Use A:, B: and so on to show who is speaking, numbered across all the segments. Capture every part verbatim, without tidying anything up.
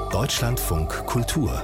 A: Deutschlandfunk Kultur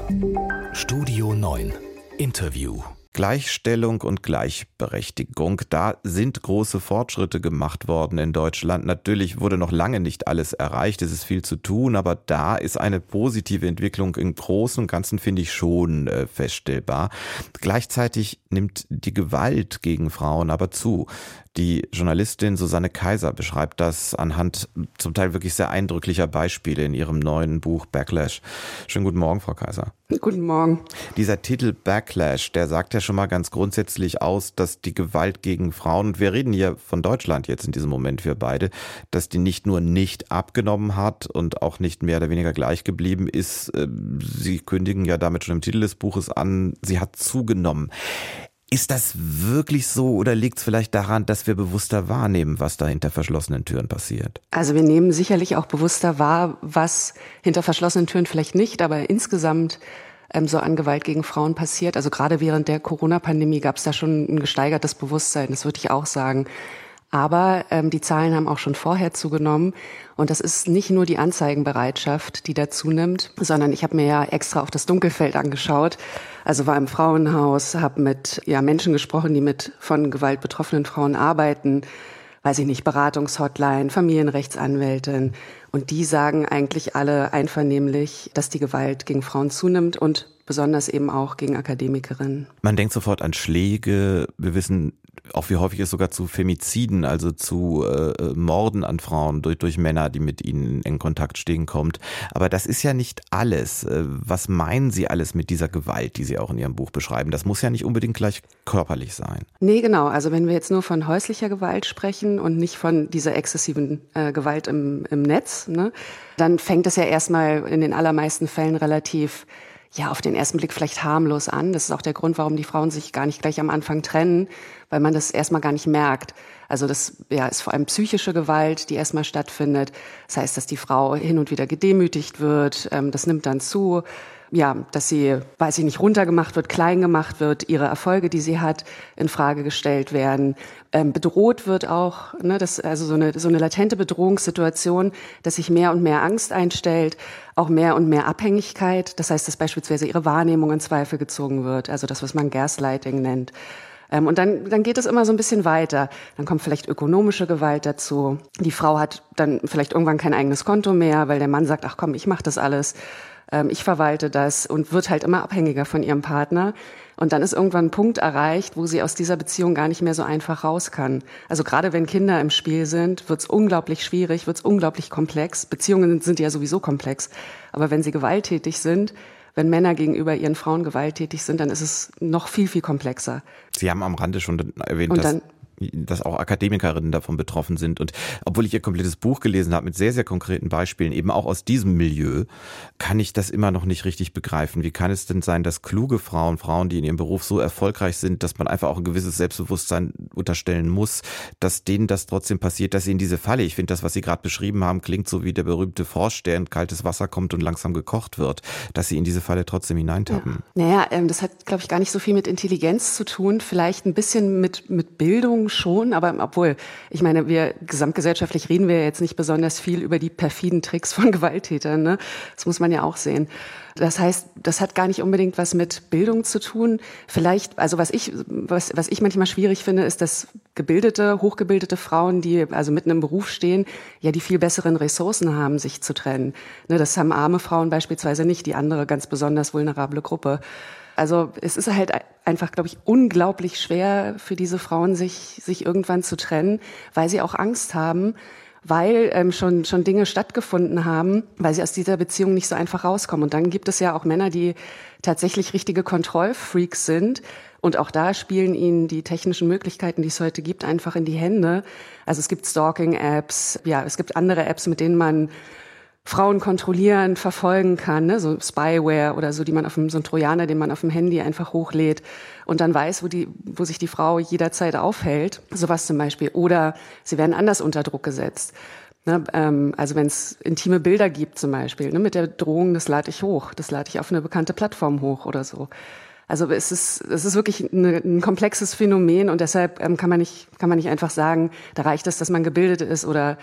A: Studio neun Interview.
B: Gleichstellung und Gleichberechtigung, da sind große Fortschritte gemacht worden in Deutschland. Natürlich wurde noch lange nicht alles erreicht, es ist viel zu tun, aber da ist eine positive Entwicklung im Großen und Ganzen, finde ich, schon äh, feststellbar. Gleichzeitig nimmt die Gewalt gegen Frauen aber zu. Die Journalistin Susanne Kaiser beschreibt das anhand zum Teil wirklich sehr eindrücklicher Beispiele in ihrem neuen Buch Backlash. Schönen guten Morgen, Frau Kaiser.
C: Guten Morgen.
B: Dieser Titel Backlash, der sagt ja schon mal ganz grundsätzlich aus, dass die Gewalt gegen Frauen, und wir reden hier von Deutschland jetzt in diesem Moment für beide, dass die nicht nur nicht abgenommen hat und auch nicht mehr oder weniger gleich geblieben ist. Sie kündigen ja damit schon im Titel des Buches an, sie hat zugenommen. Ist das wirklich so oder liegt es vielleicht daran, dass wir bewusster wahrnehmen, was da hinter verschlossenen Türen passiert?
C: Also wir nehmen sicherlich auch bewusster wahr, was hinter verschlossenen Türen vielleicht nicht, aber insgesamt ähm, so an Gewalt gegen Frauen passiert. Also gerade während der Corona-Pandemie gab es da schon ein gesteigertes Bewusstsein, das würde ich auch sagen. Aber ähm, die Zahlen haben auch schon vorher zugenommen. Und das ist nicht nur die Anzeigenbereitschaft, die da zunimmt, sondern ich habe mir ja extra auf das Dunkelfeld angeschaut. Also war im Frauenhaus, habe mit ja, Menschen gesprochen, die mit von Gewalt betroffenen Frauen arbeiten. Weiß ich nicht, Beratungshotline, Familienrechtsanwältin. Und die sagen eigentlich alle einvernehmlich, dass die Gewalt gegen Frauen zunimmt und besonders eben auch gegen Akademikerinnen.
B: Man denkt sofort an Schläge. Wir wissen auch, wie häufig es sogar zu Femiziden, also zu äh, Morden an Frauen durch, durch Männer, die mit ihnen in Kontakt stehen, kommt. Aber das ist ja nicht alles. Was meinen Sie alles mit dieser Gewalt, die Sie auch in Ihrem Buch beschreiben? Das muss ja nicht unbedingt gleich körperlich sein.
C: Nee, genau. Also wenn wir jetzt nur von häuslicher Gewalt sprechen und nicht von dieser exzessiven äh, Gewalt im, im Netz, ne, dann fängt es ja erstmal in den allermeisten Fällen relativ ja, auf den ersten Blick vielleicht harmlos an. Das ist auch der Grund, warum die Frauen sich gar nicht gleich am Anfang trennen, weil man das erstmal gar nicht merkt. Also das ja, ist vor allem psychische Gewalt, die erstmal stattfindet. Das heißt, dass die Frau hin und wieder gedemütigt wird. Ähm, das nimmt dann zu. Ja, dass sie, weiß ich nicht, runtergemacht wird, klein gemacht wird, ihre Erfolge, die sie hat, in Frage gestellt werden. Ähm, bedroht wird auch, ne, das, also so eine, so eine latente Bedrohungssituation, dass sich mehr und mehr Angst einstellt, auch mehr und mehr Abhängigkeit. Das heißt, dass beispielsweise ihre Wahrnehmung in Zweifel gezogen wird, also das, was man Gaslighting nennt. Ähm, und dann, dann geht es immer so ein bisschen weiter. Dann kommt vielleicht ökonomische Gewalt dazu. Die Frau hat dann vielleicht irgendwann kein eigenes Konto mehr, weil der Mann sagt, ach komm, ich mach das alles. Ich verwalte das und wird halt immer abhängiger von ihrem Partner. Und dann ist irgendwann ein Punkt erreicht, wo sie aus dieser Beziehung gar nicht mehr so einfach raus kann. Also gerade wenn Kinder im Spiel sind, wird es unglaublich schwierig, wird es unglaublich komplex. Beziehungen sind ja sowieso komplex. Aber wenn sie gewalttätig sind, wenn Männer gegenüber ihren Frauen gewalttätig sind, dann ist es noch viel, viel komplexer.
B: Sie haben am Rande schon erwähnt,
C: und dann,
B: dass dass auch Akademikerinnen davon betroffen sind. Und obwohl ich ihr komplettes Buch gelesen habe mit sehr, sehr konkreten Beispielen, eben auch aus diesem Milieu, kann ich das immer noch nicht richtig begreifen. Wie kann es denn sein, dass kluge Frauen, Frauen, die in ihrem Beruf so erfolgreich sind, dass man einfach auch ein gewisses Selbstbewusstsein unterstellen muss, dass denen das trotzdem passiert, dass sie in diese Falle, ich finde das, was Sie gerade beschrieben haben, klingt so wie der berühmte Frosch, der in kaltes Wasser kommt und langsam gekocht wird, dass sie in diese Falle trotzdem hineintappen.
C: Ja. Naja, ähm, das hat, glaube ich, gar nicht so viel mit Intelligenz zu tun, vielleicht ein bisschen mit, mit Bildung schon, aber obwohl, ich meine, wir gesamtgesellschaftlich reden wir jetzt nicht besonders viel über die perfiden Tricks von Gewalttätern, ne? Das muss man ja auch sehen. Das heißt, das hat gar nicht unbedingt was mit Bildung zu tun. Vielleicht, also was ich, was, was ich manchmal schwierig finde, ist, dass gebildete, hochgebildete Frauen, die also mitten im Beruf stehen, ja die viel besseren Ressourcen haben, sich zu trennen. Ne, das haben arme Frauen beispielsweise nicht, die andere ganz besonders vulnerable Gruppe. Also es ist halt einfach, glaube ich, unglaublich schwer für diese Frauen, sich sich irgendwann zu trennen, weil sie auch Angst haben, weil ähm, schon schon Dinge stattgefunden haben, weil sie aus dieser Beziehung nicht so einfach rauskommen. Und dann gibt es ja auch Männer, die tatsächlich richtige Kontrollfreaks sind. Und auch da spielen ihnen die technischen Möglichkeiten, die es heute gibt, einfach in die Hände. Also es gibt Stalking-Apps, ja, es gibt andere Apps, mit denen man Frauen kontrollieren, verfolgen kann, ne? So Spyware oder so, die man auf dem, so ein Trojaner, den man auf dem Handy einfach hochlädt und dann weiß, wo die, wo sich die Frau jederzeit aufhält. Sowas zum Beispiel. Oder sie werden anders unter Druck gesetzt. Ne? Ähm, also wenn es intime Bilder gibt zum Beispiel, ne? Mit der Drohung, das lade ich hoch, das lade ich auf eine bekannte Plattform hoch oder so. Also es ist, es ist wirklich eine, ein komplexes Phänomen und deshalb ähm, kann man nicht, kann man nicht einfach sagen, da reicht es, dass man gebildet ist oder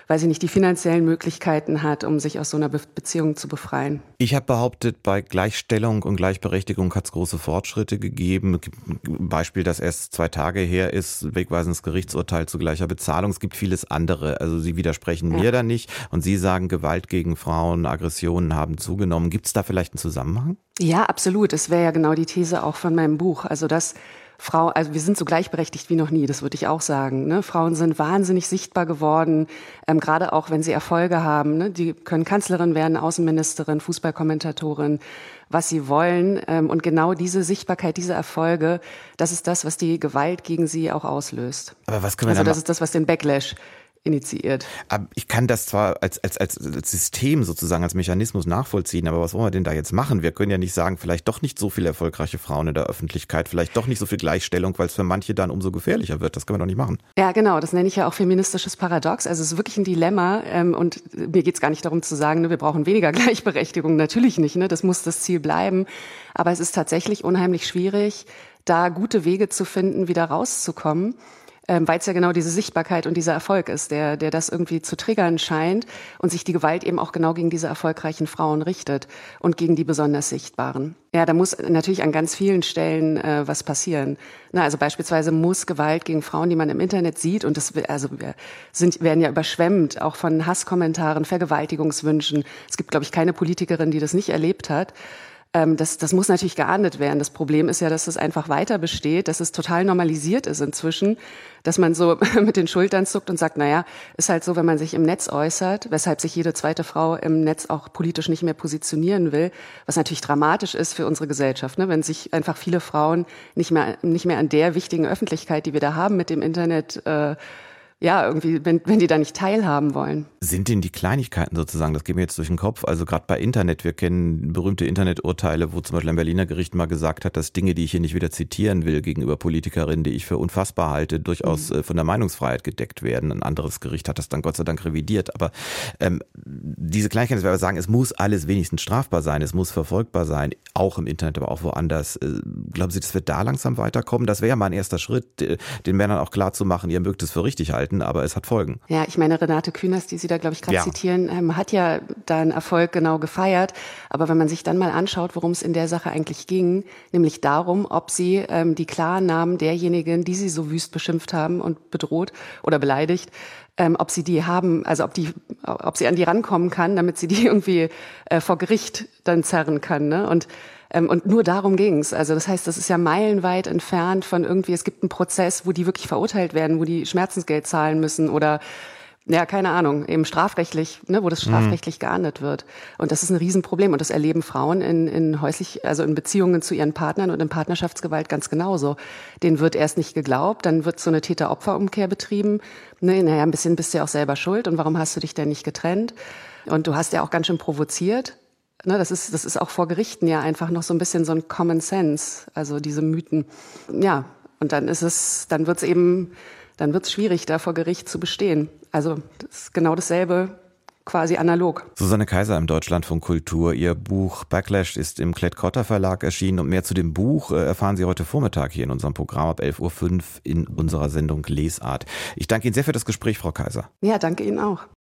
C: weil sie nicht die finanziellen Möglichkeiten hat, um sich aus so einer Be- Beziehung zu befreien.
B: Ich habe behauptet, bei Gleichstellung und Gleichberechtigung hat es große Fortschritte gegeben. Es gibt ein Beispiel, das erst zwei Tage her ist, wegweisendes Gerichtsurteil zu gleicher Bezahlung. Es gibt vieles andere. Also Sie widersprechen ja. mir da nicht und Sie sagen, Gewalt gegen Frauen, Aggressionen haben zugenommen. Gibt es da vielleicht einen Zusammenhang?
C: Ja, absolut. Es wäre ja genau die These auch von meinem Buch. Also dass Frau, also wir sind so gleichberechtigt wie noch nie, das würde ich auch sagen. Ne? Frauen sind wahnsinnig sichtbar geworden, ähm, gerade auch wenn sie Erfolge haben. Ne? Die können Kanzlerin werden, Außenministerin, Fußballkommentatorin, was sie wollen. Ähm, und genau diese Sichtbarkeit, diese Erfolge, das ist das, was die Gewalt gegen sie auch auslöst.
B: Aber was können wir
C: also
B: da
C: das ist das, was den Backlash initiiert.
B: Aber ich kann das zwar als, als, als System sozusagen, als Mechanismus nachvollziehen, aber was wollen wir denn da jetzt machen? Wir können ja nicht sagen, vielleicht doch nicht so viele erfolgreiche Frauen in der Öffentlichkeit, vielleicht doch nicht so viel Gleichstellung, weil es für manche dann umso gefährlicher wird. Das können wir doch nicht machen.
C: Ja, genau. Das nenne ich ja auch feministisches Paradox. Also es ist wirklich ein Dilemma. Ähm, und mir geht es gar nicht darum zu sagen, ne, wir brauchen weniger Gleichberechtigung. Natürlich nicht. Ne? Das muss das Ziel bleiben. Aber es ist tatsächlich unheimlich schwierig, da gute Wege zu finden, wieder rauszukommen. Ähm, weil es ja genau diese Sichtbarkeit und dieser Erfolg ist, der, der das irgendwie zu triggern scheint und sich die Gewalt eben auch genau gegen diese erfolgreichen Frauen richtet und gegen die besonders Sichtbaren. Ja, da muss natürlich an ganz vielen Stellen äh, was passieren. Na, also beispielsweise muss Gewalt gegen Frauen, die man im Internet sieht, und das also wir sind werden ja überschwemmt auch von Hasskommentaren, Vergewaltigungswünschen. Es gibt, glaube ich, keine Politikerin, die das nicht erlebt hat. Das, das muss natürlich geahndet werden. Das Problem ist ja, dass es einfach weiter besteht, dass es total normalisiert ist inzwischen, dass man so mit den Schultern zuckt und sagt, naja, ist halt so, wenn man sich im Netz äußert, weshalb sich jede zweite Frau im Netz auch politisch nicht mehr positionieren will, was natürlich dramatisch ist für unsere Gesellschaft, ne? Wenn sich einfach viele Frauen nicht mehr, nicht mehr an der wichtigen Öffentlichkeit, die wir da haben mit dem Internet, äh, ja, irgendwie, wenn, wenn die da nicht teilhaben wollen.
B: Sind denn die Kleinigkeiten sozusagen, das geht mir jetzt durch den Kopf, also gerade bei Internet, wir kennen berühmte Interneturteile, wo zum Beispiel ein Berliner Gericht mal gesagt hat, dass Dinge, die ich hier nicht wieder zitieren will, gegenüber Politikerinnen, die ich für unfassbar halte, durchaus mhm. von der Meinungsfreiheit gedeckt werden. Ein anderes Gericht hat das dann Gott sei Dank revidiert. Aber ähm, diese Kleinigkeiten, das wir sagen, es muss alles wenigstens strafbar sein, es muss verfolgbar sein, auch im Internet, aber auch woanders. Äh, glauben Sie, das wird da langsam weiterkommen? Das wäre ja mal ein erster Schritt, den Männern auch klar zu machen, ihr mögt es für richtig halten, aber es hat Folgen.
C: Ja, ich meine, Renate Künast, die Sie da, glaube ich, gerade
B: ja.
C: zitieren, ähm, hat ja da einen Erfolg genau gefeiert. Aber wenn man sich dann mal anschaut, worum es in der Sache eigentlich ging, nämlich darum, ob sie ähm, die Klarnamen derjenigen, die sie so wüst beschimpft haben und bedroht oder beleidigt, ähm, ob sie die haben, also ob die, ob sie an die rankommen kann, damit sie die irgendwie äh, vor Gericht dann zerren kann, ne? Und Und nur darum ging's. Also das heißt, das ist ja meilenweit entfernt von irgendwie, es gibt einen Prozess, wo die wirklich verurteilt werden, wo die Schmerzensgeld zahlen müssen oder, ja, keine Ahnung, eben strafrechtlich, ne, wo das strafrechtlich mhm. geahndet wird. Und das ist ein Riesenproblem. Und das erleben Frauen in, in häuslich, also in Beziehungen zu ihren Partnern und in Partnerschaftsgewalt ganz genauso. Denen wird erst nicht geglaubt, dann wird so eine Täter-Opfer-Umkehr betrieben. Ne, naja, ein bisschen bist du ja auch selber schuld. Und warum hast du dich denn nicht getrennt? Und du hast ja auch ganz schön provoziert. Ne, das ist, das ist auch vor Gerichten ja einfach noch so ein bisschen so ein Common Sense, also diese Mythen. Ja, und dann ist es, dann wird's eben, dann wird's schwierig, da vor Gericht zu bestehen. Also das ist genau dasselbe, quasi analog.
B: Susanne Kaiser im Deutschlandfunk Kultur. Ihr Buch Backlash ist im Klett-Cotta Verlag erschienen und mehr zu dem Buch erfahren Sie heute Vormittag hier in unserem Programm ab elf Uhr fünf in unserer Sendung Lesart. Ich danke Ihnen sehr für das Gespräch, Frau Kaiser.
C: Ja, danke Ihnen auch.